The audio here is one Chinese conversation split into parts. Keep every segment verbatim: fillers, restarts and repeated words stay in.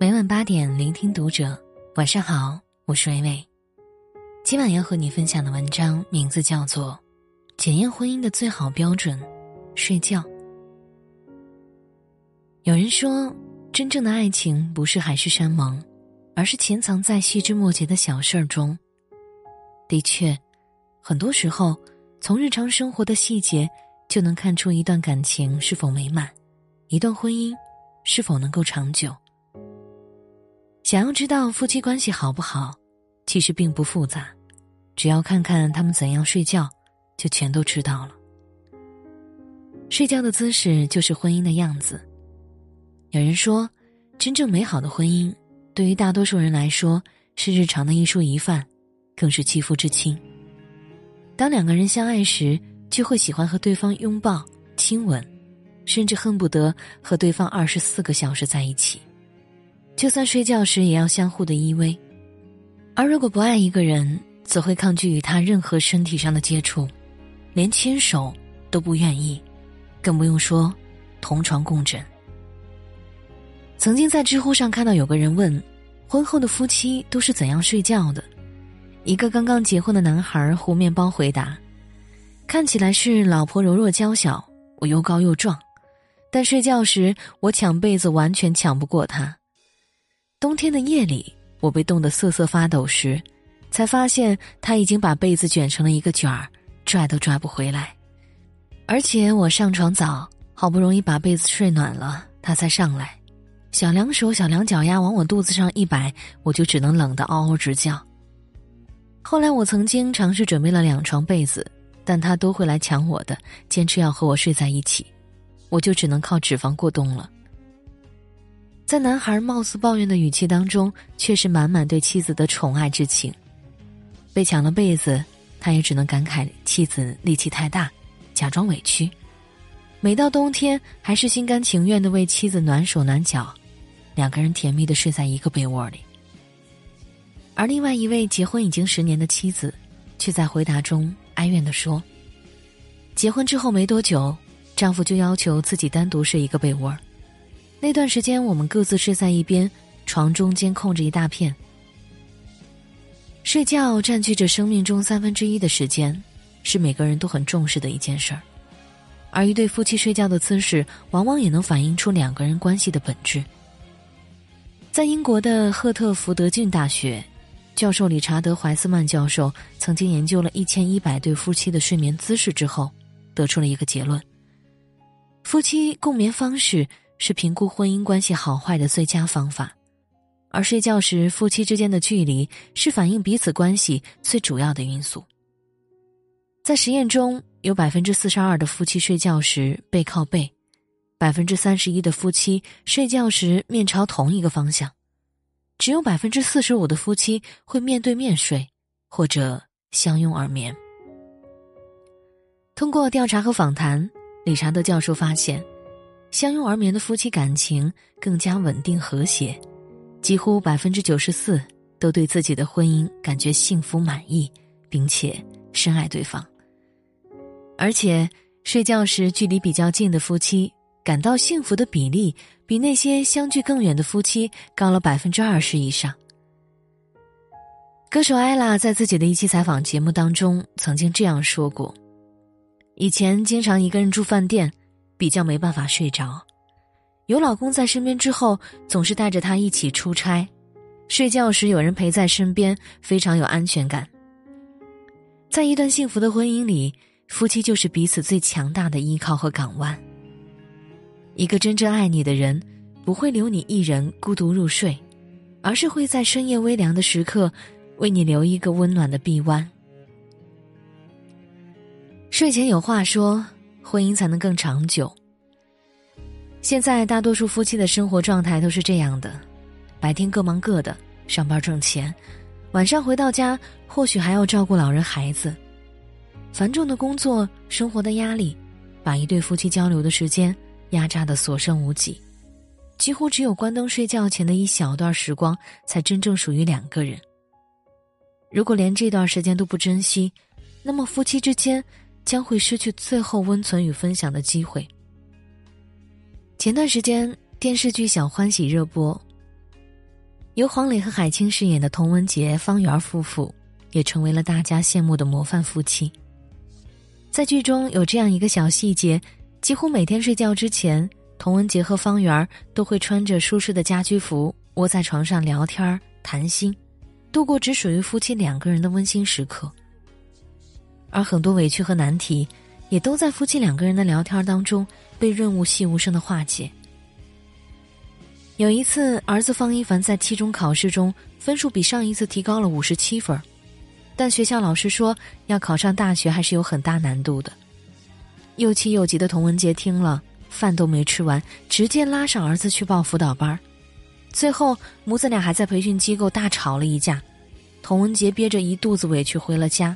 每晚八点聆听读者，晚上好，我是微微。今晚要和你分享的文章名字叫做《检验婚姻的最好标准：睡觉》。有人说，真正的爱情不是海誓山盟，而是潜藏在细枝末节的小事儿中。的确，很多时候，从日常生活的细节就能看出一段感情是否美满，一段婚姻是否能够长久。想要知道夫妻关系好不好，其实并不复杂，只要看看他们怎样睡觉，就全都知道了。睡觉的姿势就是婚姻的样子。有人说，真正美好的婚姻，对于大多数人来说，是日常的一蔬一饭，更是肌肤之亲。当两个人相爱时，就会喜欢和对方拥抱、亲吻，甚至恨不得和对方二十四个小时在一起。就算睡觉时也要相互的依偎。而如果不爱一个人，则会抗拒与他任何身体上的接触，连牵手都不愿意，更不用说同床共枕。曾经在知乎上看到有个人问，婚后的夫妻都是怎样睡觉的？一个刚刚结婚的男孩糊面包回答，看起来是老婆柔弱娇小，我又高又壮，但睡觉时我抢被子完全抢不过他。冬天的夜里，我被冻得瑟瑟发抖时，才发现他已经把被子卷成了一个卷儿，拽都拽不回来。而且我上床早，好不容易把被子睡暖了，他才上来，小两手小两脚丫往我肚子上一摆，我就只能冷得嗷嗷直叫。后来我曾经尝试准备了两床被子，但他都会来抢我的，坚持要和我睡在一起，我就只能靠脂肪过冬了。在男孩貌似抱怨的语气当中，却是满满对妻子的宠爱之情。被抢了被子，他也只能感慨妻子力气太大，假装委屈。每到冬天，还是心甘情愿地为妻子暖手暖脚，两个人甜蜜地睡在一个被窝里。而另外一位结婚已经十年的妻子，却在回答中哀怨地说，结婚之后没多久，丈夫就要求自己单独睡一个被窝。那段时间我们各自睡在一边，床中间空着一大片。睡觉占据着生命中三分之一的时间，是每个人都很重视的一件事儿。而一对夫妻睡觉的姿势，往往也能反映出两个人关系的本质。在英国的赫特福德郡大学，教授理查德·怀斯曼教授曾经研究了一千一百对夫妻的睡眠姿势之后，得出了一个结论：夫妻共眠方式是评估婚姻关系好坏的最佳方法，而睡觉时夫妻之间的距离是反映彼此关系最主要的因素。在实验中，有 百分之四十二 的夫妻睡觉时背靠背， 百分之三十一 的夫妻睡觉时面朝同一个方向，只有 百分之四十五 的夫妻会面对面睡，或者相拥而眠。通过调查和访谈，理查德教授发现，相拥而眠的夫妻感情更加稳定和谐，几乎 百分之九十四 都对自己的婚姻感觉幸福满意，并且深爱对方。而且睡觉时距离比较近的夫妻感到幸福的比例比那些相距更远的夫妻高了 百分之二十 以上。歌手艾拉在自己的一期采访节目当中曾经这样说过，以前经常一个人住饭店，比较没办法睡着，有老公在身边之后，总是带着他一起出差，睡觉时有人陪在身边，非常有安全感。在一段幸福的婚姻里，夫妻就是彼此最强大的依靠和港湾。一个真正爱你的人，不会留你一人孤独入睡，而是会在深夜微凉的时刻，为你留一个温暖的臂弯。睡前有话说，婚姻才能更长久。现在大多数夫妻的生活状态都是这样的，白天各忙各的，上班挣钱，晚上回到家或许还要照顾老人孩子。繁重的工作，生活的压力，把一对夫妻交流的时间压榨得所剩无几，几乎只有关灯睡觉前的一小段时光才真正属于两个人。如果连这段时间都不珍惜，那么夫妻之间将会失去最后温存与分享的机会。前段时间电视剧《小欢喜》热播， 由黄磊和海清饰演的童文洁、方圆夫妇也成为了大家羡慕的模范夫妻。在剧中有这样一个小细节，几乎每天睡觉之前，童文洁和方圆都会穿着舒适的家居服窝在床上聊天谈心，度过只属于夫妻两个人的温馨时刻。而很多委屈和难题也都在夫妻两个人的聊天当中被润物细无声的化解。有一次，儿子方一凡在期中考试中分数比上一次提高了五十七分，但学校老师说要考上大学还是有很大难度的。又气又急的童文洁听了，饭都没吃完，直接拉上儿子去报辅导班。最后母子俩还在培训机构大吵了一架，童文洁憋着一肚子委屈回了家。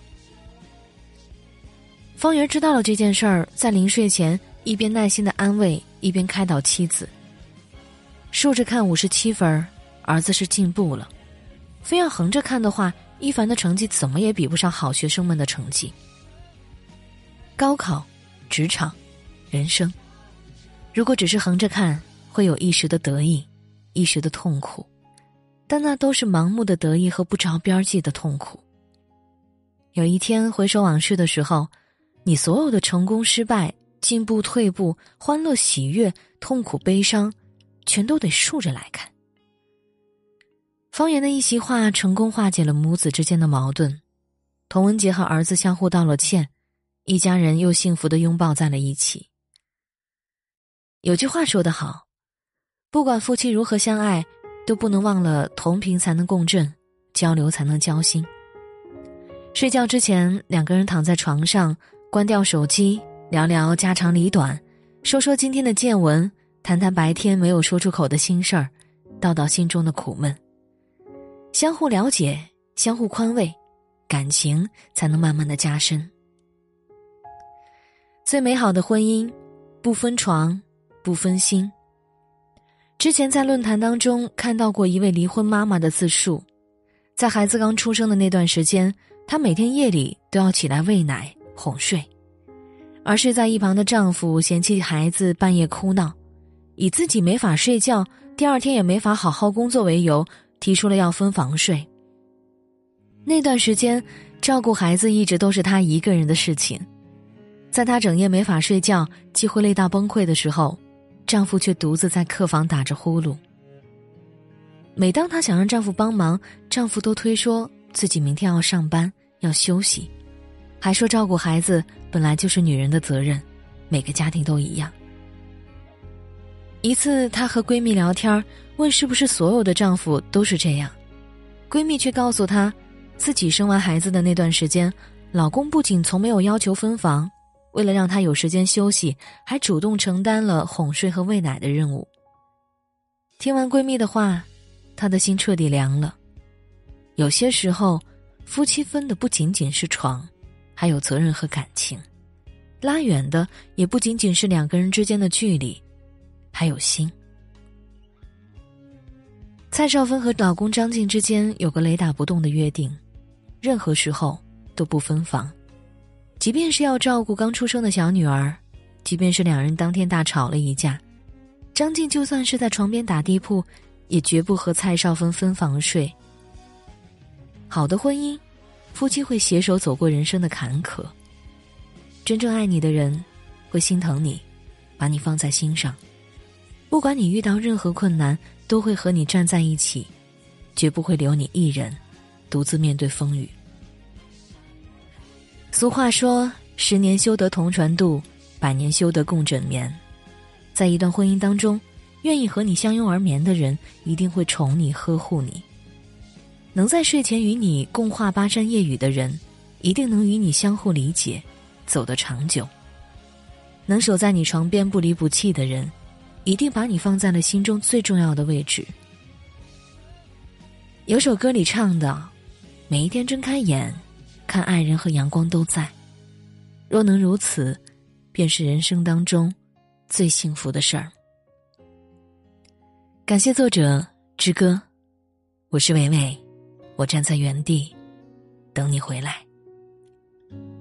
方圆知道了这件事儿，在临睡前一边耐心的安慰，一边开导妻子。竖着看五十七分，儿子是进步了；非要横着看的话，一凡的成绩怎么也比不上好学生们的成绩。高考、职场、人生，如果只是横着看，会有一时的得意，一时的痛苦，但那都是盲目的得意和不着边际的痛苦。有一天回首往事的时候，你所有的成功失败、进步退步、欢乐喜悦、痛苦悲伤，全都得竖着来看。方圆的一席话成功化解了母子之间的矛盾，童文洁和儿子相互道了歉，一家人又幸福地拥抱在了一起。有句话说得好，不管夫妻如何相爱，都不能忘了同频才能共振，交流才能交心。睡觉之前，两个人躺在床上，关掉手机，聊聊家长里短，说说今天的见闻，谈谈白天没有说出口的心事儿，道道心中的苦闷。相互了解，相互宽慰，感情才能慢慢的加深。最美好的婚姻，不分床，不分心。之前在论坛当中看到过一位离婚妈妈的自述，在孩子刚出生的那段时间，她每天夜里都要起来喂奶哄睡，而睡在一旁的丈夫嫌弃孩子半夜哭闹，以自己没法睡觉，第二天也没法好好工作为由，提出了要分房睡。那段时间照顾孩子一直都是她一个人的事情，在她整夜没法睡觉，几乎累到崩溃的时候，丈夫却独自在客房打着呼噜。每当她想让丈夫帮忙，丈夫都推说自己明天要上班要休息，还说照顾孩子本来就是女人的责任，每个家庭都一样。一次她和闺蜜聊天，问是不是所有的丈夫都是这样，闺蜜却告诉她，自己生完孩子的那段时间，老公不仅从没有要求分房，为了让她有时间休息，还主动承担了哄睡和喂奶的任务。听完闺蜜的话，她的心彻底凉了。有些时候，夫妻分的不仅仅是床，还有责任和感情，拉远的也不仅仅是两个人之间的距离，还有心。蔡少芬和老公张晋之间有个雷打不动的约定，任何时候都不分房，即便是要照顾刚出生的小女儿，即便是两人当天大吵了一架，张晋就算是在床边打地铺，也绝不和蔡少芬分房睡。好的婚姻，夫妻会携手走过人生的坎坷，真正爱你的人会心疼你，把你放在心上，不管你遇到任何困难，都会和你站在一起，绝不会留你一人独自面对风雨。俗话说，十年修得同船渡，百年修得共枕眠。在一段婚姻当中，愿意和你相拥而眠的人，一定会宠你呵护你。能在睡前与你共话巴山夜雨的人，一定能与你相互理解，走得长久。能守在你床边不离不弃的人，一定把你放在了心中最重要的位置。有首歌里唱的，每一天睁开眼，看爱人和阳光都在，若能如此，便是人生当中最幸福的事儿。感谢作者之歌，我是伟伟，我站在原地等你回来。